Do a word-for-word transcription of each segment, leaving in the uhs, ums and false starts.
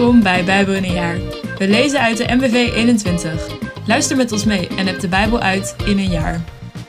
Welkom bij Bijbel in een jaar. We lezen uit de N B V eenentwintig. Luister met ons mee en heb de Bijbel uit in een jaar.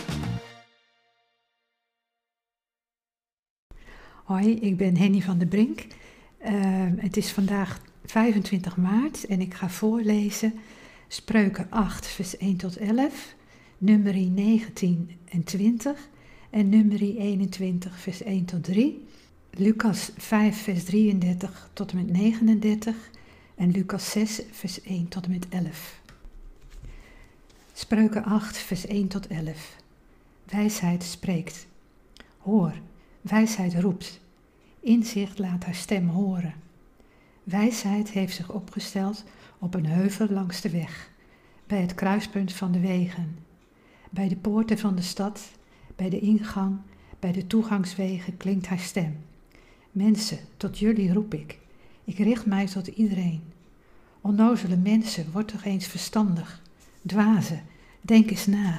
Hoi, ik ben Henny van der Brink. Uh, het is vandaag vijfentwintig maart en ik ga voorlezen Spreuken acht vers één tot elf, Numeri negentien en twintig en Numeri eenentwintig vers één tot drie, Lucas vijf vers drieëndertig tot en met negenendertig en Lucas zes vers één tot en met elf. Spreuken acht vers één tot elf. Wijsheid spreekt. Hoor, wijsheid roept. Inzicht laat haar stem horen. Wijsheid heeft zich opgesteld op een heuvel langs de weg, bij het kruispunt van de wegen, bij de poorten van de stad, bij de ingang, bij de toegangswegen klinkt haar stem. Mensen, tot jullie roep ik. Ik richt mij tot iedereen. Onnozele mensen, word toch eens verstandig. Dwazen, denk eens na.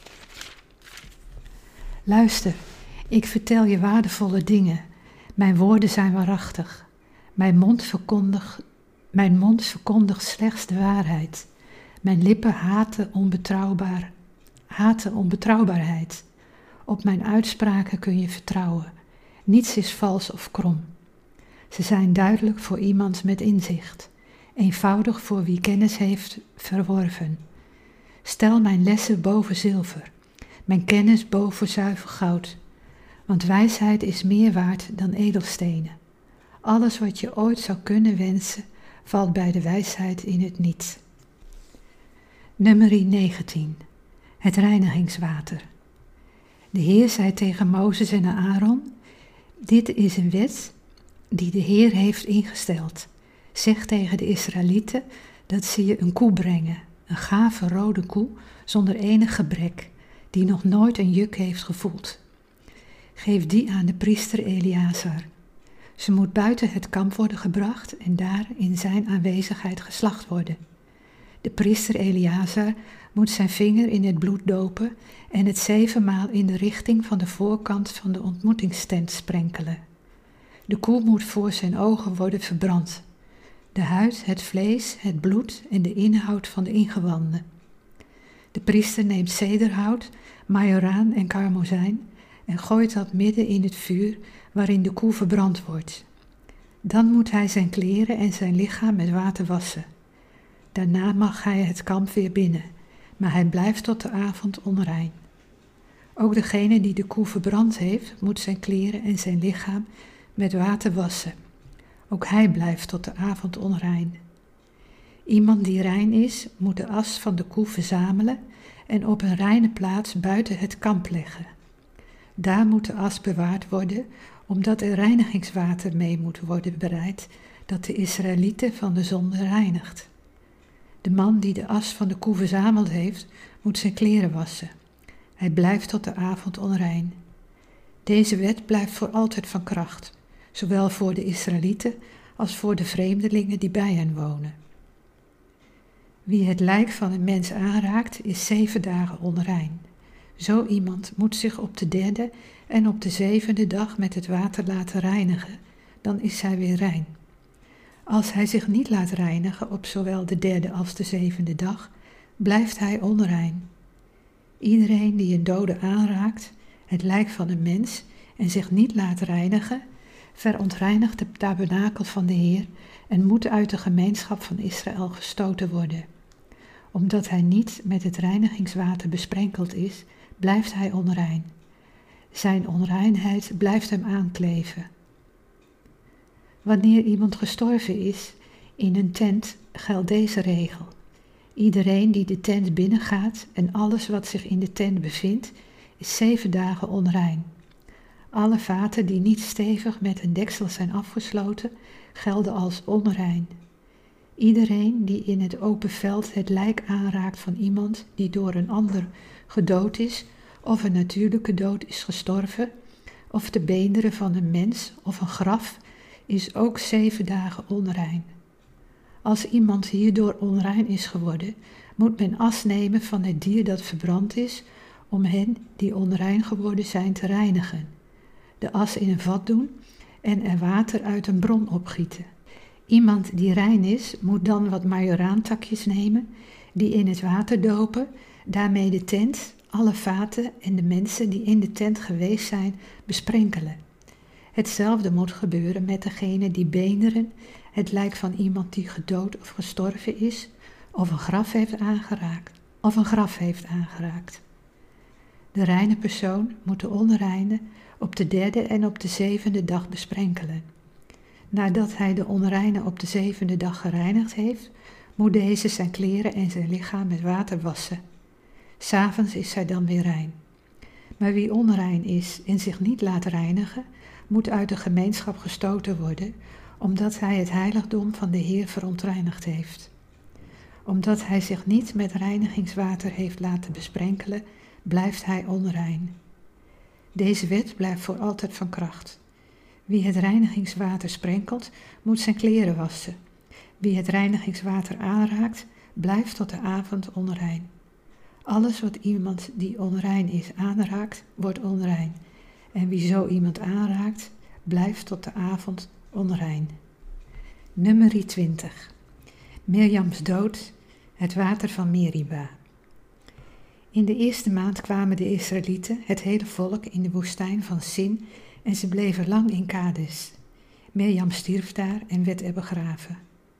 Luister, ik vertel je waardevolle dingen. Mijn woorden zijn waarachtig. Mijn mond verkondigt, mijn mond verkondigt slechts de waarheid. Mijn lippen haten onbetrouwbaar, haten onbetrouwbaarheid. Op mijn uitspraken kun je vertrouwen. Niets is vals of krom. Ze zijn duidelijk voor iemand met inzicht. Eenvoudig voor wie kennis heeft verworven. Stel mijn lessen boven zilver. Mijn kennis boven zuiver goud. Want wijsheid is meer waard dan edelstenen. Alles wat je ooit zou kunnen wensen, valt bij de wijsheid in het niet. Numeri negentien. Het reinigingswater. De Heer zei tegen Mozes en Aaron: dit is een wet die de Heer heeft ingesteld. Zeg tegen de Israëlieten dat ze je een koe brengen, een gave rode koe zonder enig gebrek, die nog nooit een juk heeft gevoeld. Geef die aan de priester Eleazar. Ze moet buiten het kamp worden gebracht en daar in zijn aanwezigheid geslacht worden. De priester Eleazar moet zijn vinger in het bloed dopen en het zevenmaal in de richting van de voorkant van de ontmoetingstent sprenkelen. De koe moet voor zijn ogen worden verbrand. De huid, het vlees, het bloed en de inhoud van de ingewanden. De priester neemt cederhout, majoraan en karmozijn en gooit dat midden in het vuur waarin de koe verbrand wordt. Dan moet hij zijn kleren en zijn lichaam met water wassen. Daarna mag hij het kamp weer binnen, maar hij blijft tot de avond onrein. Ook degene die de koe verbrand heeft, moet zijn kleren en zijn lichaam met water wassen. Ook hij blijft tot de avond onrein. Iemand die rein is, moet de as van de koe verzamelen en op een reine plaats buiten het kamp leggen. Daar moet de as bewaard worden, omdat er reinigingswater mee moet worden bereid, dat de Israëlieten van de zonde reinigt. De man die de as van de koe verzameld heeft, moet zijn kleren wassen. Hij blijft tot de avond onrein. Deze wet blijft voor altijd van kracht, zowel voor de Israëlieten als voor de vreemdelingen die bij hen wonen. Wie het lijk van een mens aanraakt, is zeven dagen onrein. Zo iemand moet zich op de derde en op de zevende dag met het water laten reinigen, dan is hij weer rein. Als hij zich niet laat reinigen op zowel de derde als de zevende dag, blijft hij onrein. Iedereen die een dode aanraakt, het lijk van een mens, en zich niet laat reinigen, verontreinigt de tabernakel van de Heer en moet uit de gemeenschap van Israël gestoten worden. Omdat hij niet met het reinigingswater besprenkeld is, blijft hij onrein. Zijn onreinheid blijft hem aankleven. Wanneer iemand gestorven is in een tent, geldt deze regel. Iedereen die de tent binnengaat en alles wat zich in de tent bevindt, is zeven dagen onrein. Alle vaten die niet stevig met een deksel zijn afgesloten, gelden als onrein. Iedereen die in het open veld het lijk aanraakt van iemand die door een ander gedood is, of een natuurlijke dood is gestorven, of de beenderen van een mens of een graf, is ook zeven dagen onrein. Als iemand hierdoor onrein is geworden, moet men as nemen van het dier dat verbrand is, om hen die onrein geworden zijn te reinigen. De as in een vat doen en er water uit een bron opgieten. Iemand die rein is, moet dan wat majoraantakjes nemen, die in het water dopen, daarmee de tent, alle vaten en de mensen die in de tent geweest zijn, besprenkelen. Hetzelfde moet gebeuren met degene die beenderen, het lijk van iemand die gedood of gestorven is, of een graf heeft aangeraakt, of een graf heeft aangeraakt. De reine persoon moet de onreine op de derde en op de zevende dag besprenkelen. Nadat hij de onreine op de zevende dag gereinigd heeft, moet deze zijn kleren en zijn lichaam met water wassen. 'S Avonds is hij dan weer rein. Maar wie onrein is en zich niet laat reinigen, moet uit de gemeenschap gestoten worden, omdat hij het heiligdom van de Heer verontreinigd heeft. Omdat hij zich niet met reinigingswater heeft laten besprenkelen, blijft hij onrein. Deze wet blijft voor altijd van kracht. Wie het reinigingswater sprenkelt, moet zijn kleren wassen. Wie het reinigingswater aanraakt, blijft tot de avond onrein. Alles wat iemand die onrein is aanraakt, wordt onrein. En wie zo iemand aanraakt, blijft tot de avond onrein. Nummerie twintig. Mirjams dood, het water van Meriba. In de eerste maand kwamen de Israëlieten, het hele volk, in de woestijn van Sin en ze bleven lang in Kades. Mirjam stierf daar en werd er begraven.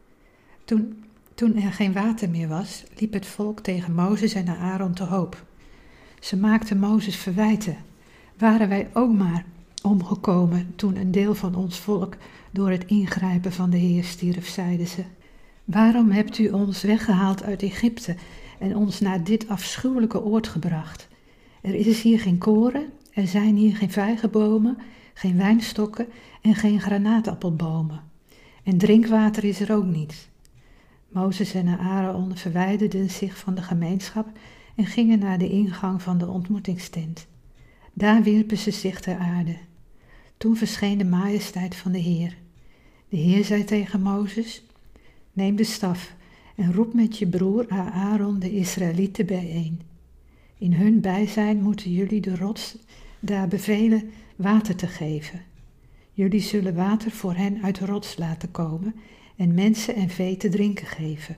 Toen, toen er geen water meer was, liep het volk tegen Mozes en Aaron te hoop. Ze maakten Mozes verwijten. Waren wij ook maar omgekomen toen een deel van ons volk door het ingrijpen van de Heer stierf, zeiden ze. Waarom hebt u ons weggehaald uit Egypte en ons naar dit afschuwelijke oord gebracht? Er is hier geen koren, er zijn hier geen vijgenbomen, geen wijnstokken en geen granaatappelbomen. En drinkwater is er ook niet. Mozes en Aaron verwijderden zich van de gemeenschap en gingen naar de ingang van de ontmoetingstent. Daar wierpen ze zich ter aarde. Toen verscheen de majesteit van de Heer. De Heer zei tegen Mozes: neem de staf en roep met je broer Aaron de Israëlieten bijeen. In hun bijzijn moeten jullie de rots daar bevelen water te geven. Jullie zullen water voor hen uit de rots laten komen en mensen en vee te drinken geven.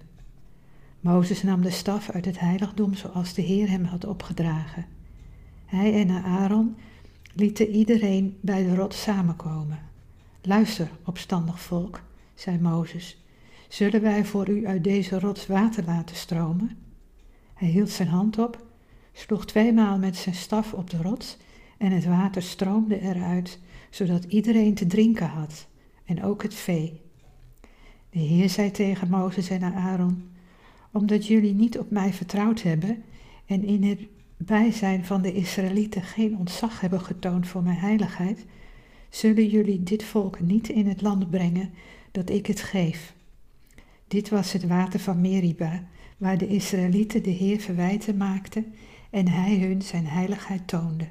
Mozes nam de staf uit het heiligdom zoals de Heer hem had opgedragen. Hij en Aaron lieten iedereen bij de rots samenkomen. Luister, opstandig volk, zei Mozes, zullen wij voor u uit deze rots water laten stromen? Hij hield zijn hand op, sloeg tweemaal met zijn staf op de rots en het water stroomde eruit, zodat iedereen te drinken had, en ook het vee. De Heer zei tegen Mozes en Aaron: omdat jullie niet op mij vertrouwd hebben en in het bijzijn van de Israëlieten geen ontzag hebben getoond voor mijn heiligheid, zullen jullie dit volk niet in het land brengen dat ik het geef. Dit was het water van Meriba, waar de Israëlieten de Heer verwijten maakten en hij hun zijn heiligheid toonde.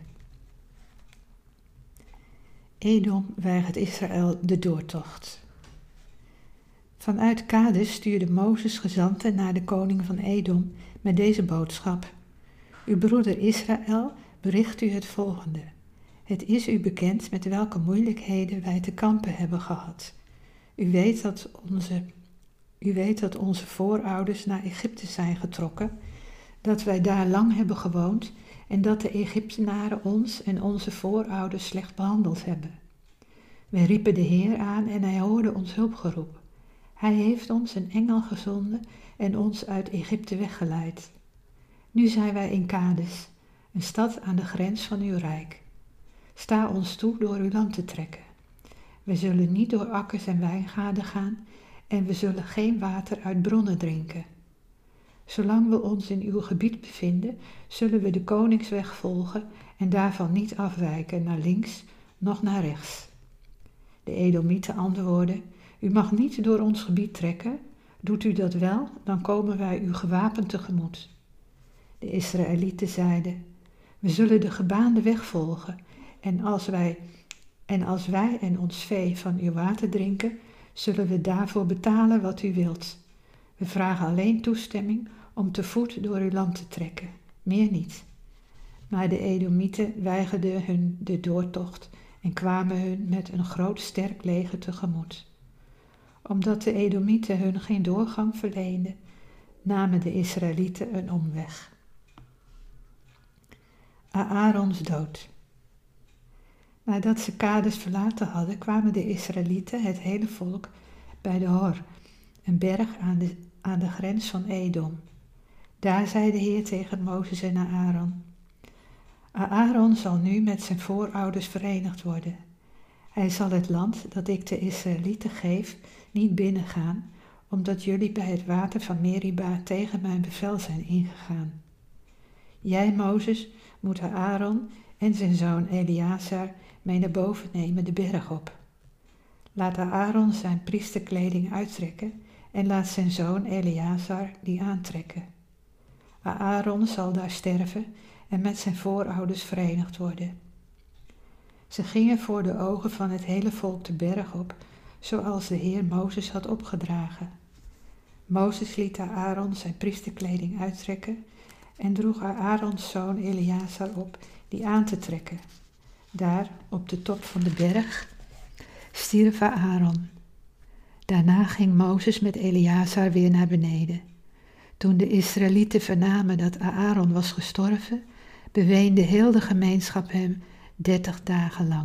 Edom weigert Israël de doortocht. Vanuit Kades stuurde Mozes gezanten naar de koning van Edom met deze boodschap: uw broeder Israël bericht u het volgende. Het is u bekend met welke moeilijkheden wij te kampen hebben gehad. U weet dat onze, u weet dat onze voorouders naar Egypte zijn getrokken, dat wij daar lang hebben gewoond en dat de Egyptenaren ons en onze voorouders slecht behandeld hebben. Wij riepen de Heer aan en hij hoorde ons hulpgeroep. Hij heeft ons een engel gezonden en ons uit Egypte weggeleid. Nu zijn wij in Kades, een stad aan de grens van uw rijk. Sta ons toe door uw land te trekken. We zullen niet door akkers en wijngaarden gaan en we zullen geen water uit bronnen drinken. Zolang we ons in uw gebied bevinden, zullen we de koningsweg volgen en daarvan niet afwijken naar links, noch naar rechts. De Edomieten antwoordden: u mag niet door ons gebied trekken. Doet u dat wel, dan komen wij u gewapend tegemoet. De Israëlieten zeiden: we zullen de gebaande weg volgen en als wij en als wij en ons vee van uw water drinken, zullen we daarvoor betalen wat u wilt. We vragen alleen toestemming om te voet door uw land te trekken, meer niet. Maar de Edomieten weigerden hun de doortocht en kwamen hun met een groot sterk leger tegemoet. Omdat de Edomieten hun geen doorgang verleenden, namen de Israëlieten een omweg. Aarons dood. Nadat ze Kades verlaten hadden, kwamen de Israëlieten, het hele volk, bij de Hor, een berg aan de, aan de grens van Edom. Daar zei de Heer tegen Mozes en Aaron: Aaron zal nu met zijn voorouders verenigd worden. Hij zal het land dat ik de Israëlieten geef niet binnengaan, omdat jullie bij het water van Meriba tegen mijn bevel zijn ingegaan. Jij, Mozes, moet Aaron en zijn zoon Eleazar mee naar boven nemen de berg op. Laat Aaron zijn priesterkleding uittrekken en laat zijn zoon Eleazar die aantrekken. Aaron zal daar sterven en met zijn voorouders verenigd worden. Ze gingen voor de ogen van het hele volk de berg op, zoals de Heer Mozes had opgedragen. Mozes liet Aaron zijn priesterkleding uittrekken en droeg Aarons zoon Eleazar op die aan te trekken. Daar, op de top van de berg, stierf Aaron. Daarna ging Mozes met Eleazar weer naar beneden. Toen de Israëlieten vernamen dat Aaron was gestorven, beweende heel de gemeenschap hem dertig dagen lang.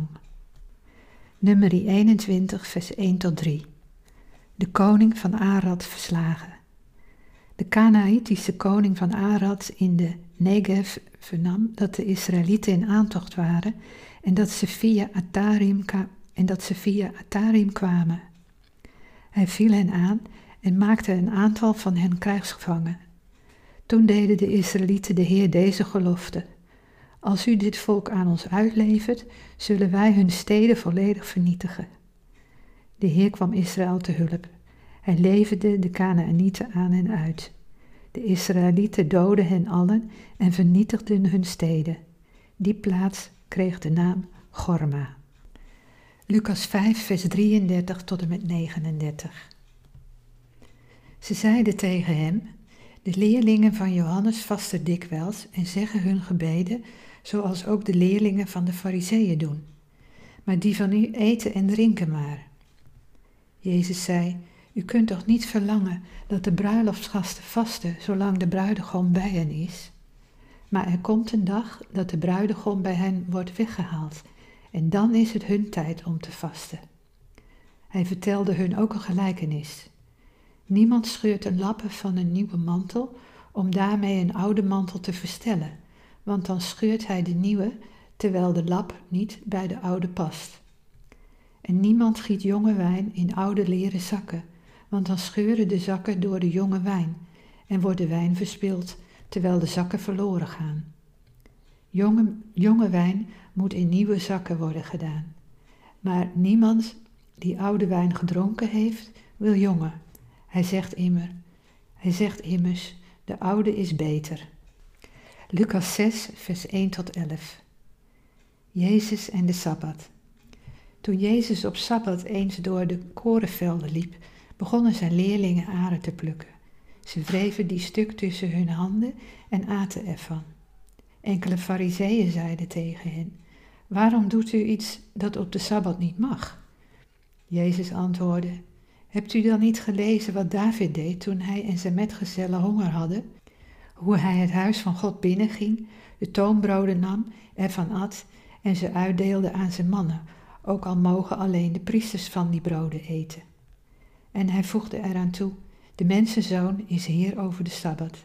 Numeri eenentwintig, vers één tot drie. De koning van Arad verslagen. De Kanaïtische koning van Arad in de Negev vernam dat de Israëlieten in aantocht waren en dat ze via Atarim, en dat ze via Atarim kwamen. Hij viel hen aan en maakte een aantal van hen krijgsgevangen. Toen deden de Israëlieten de Heer deze gelofte: Als u dit volk aan ons uitlevert, zullen wij hun steden volledig vernietigen. De Heer kwam Israël te hulp. Hij leverde de Kanaanieten aan hen uit. De Israëlieten doodden hen allen en vernietigden hun steden. Die plaats kreeg de naam Gorma. Lucas vijf, vers drieëndertig tot en met negenendertig. Ze zeiden tegen hem: De leerlingen van Johannes vasten dikwijls en zeggen hun gebeden, zoals ook de leerlingen van de Farizeeën doen. Maar die van u eten en drinken maar. Jezus zei: U kunt toch niet verlangen dat de bruiloftsgasten vasten, zolang de bruidegom bij hen is? Maar er komt een dag dat de bruidegom bij hen wordt weggehaald, en dan is het hun tijd om te vasten. Hij vertelde hun ook een gelijkenis. Niemand scheurt de lappen van een nieuwe mantel om daarmee een oude mantel te verstellen, want dan scheurt hij de nieuwe, terwijl de lap niet bij de oude past. En niemand giet jonge wijn in oude leren zakken, want dan scheuren de zakken door de jonge wijn en wordt de wijn verspild, terwijl de zakken verloren gaan. Jonge, jonge wijn moet in nieuwe zakken worden gedaan. Maar niemand die oude wijn gedronken heeft, wil jonge. Hij zegt immer, hij zegt immers, de oude is beter. Lucas zes, vers één tot elf. Jezus en de Sabbat. Toen Jezus op Sabbat eens door de korenvelden liep, begonnen zijn leerlingen aren te plukken. Ze wreven die stuk tussen hun handen en aten ervan. Enkele Farizeeën zeiden tegen hen: Waarom doet u iets dat op de Sabbat niet mag? Jezus antwoordde: Hebt u dan niet gelezen wat David deed toen hij en zijn metgezellen honger hadden? Hoe hij het huis van God binnenging, de toonbroden nam, ervan at en ze uitdeelde aan zijn mannen, ook al mogen alleen de priesters van die broden eten. En hij voegde eraan toe: de mensenzoon is heer over de Sabbat.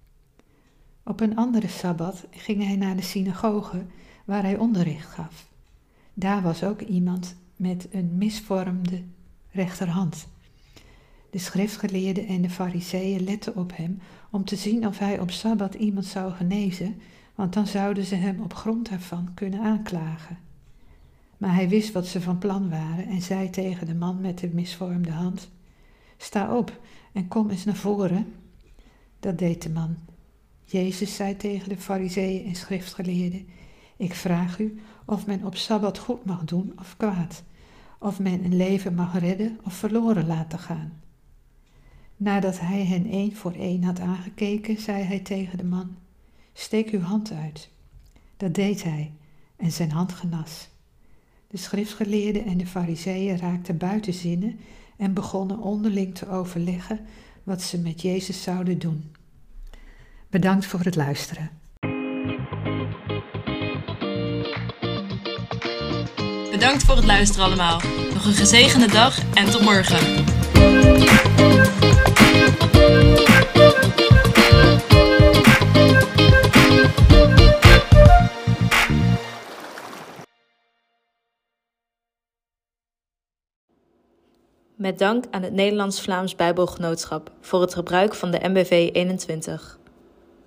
Op een andere Sabbat ging hij naar de synagoge waar hij onderricht gaf. Daar was ook iemand met een misvormde rechterhand. De schriftgeleerden en de Farizeeën letten op hem om te zien of hij op Sabbat iemand zou genezen, want dan zouden ze hem op grond daarvan kunnen aanklagen. Maar hij wist wat ze van plan waren en zei tegen de man met de misvormde hand: Sta op en kom eens naar voren. Dat deed de man. Jezus zei tegen de Farizeeën en schriftgeleerden: Ik vraag u of men op Sabbat goed mag doen of kwaad, of men een leven mag redden of verloren laten gaan. Nadat hij hen één voor één had aangekeken, zei hij tegen de man: Steek uw hand uit. Dat deed hij en zijn hand genas. De schriftgeleerden en de Farizeeën raakten buiten zinnen en begonnen onderling te overleggen wat ze met Jezus zouden doen. Bedankt voor het luisteren. Bedankt voor het luisteren allemaal. Nog een gezegende dag en tot morgen. Met dank aan het Nederlands-Vlaams Bijbelgenootschap voor het gebruik van de M B V eenentwintig.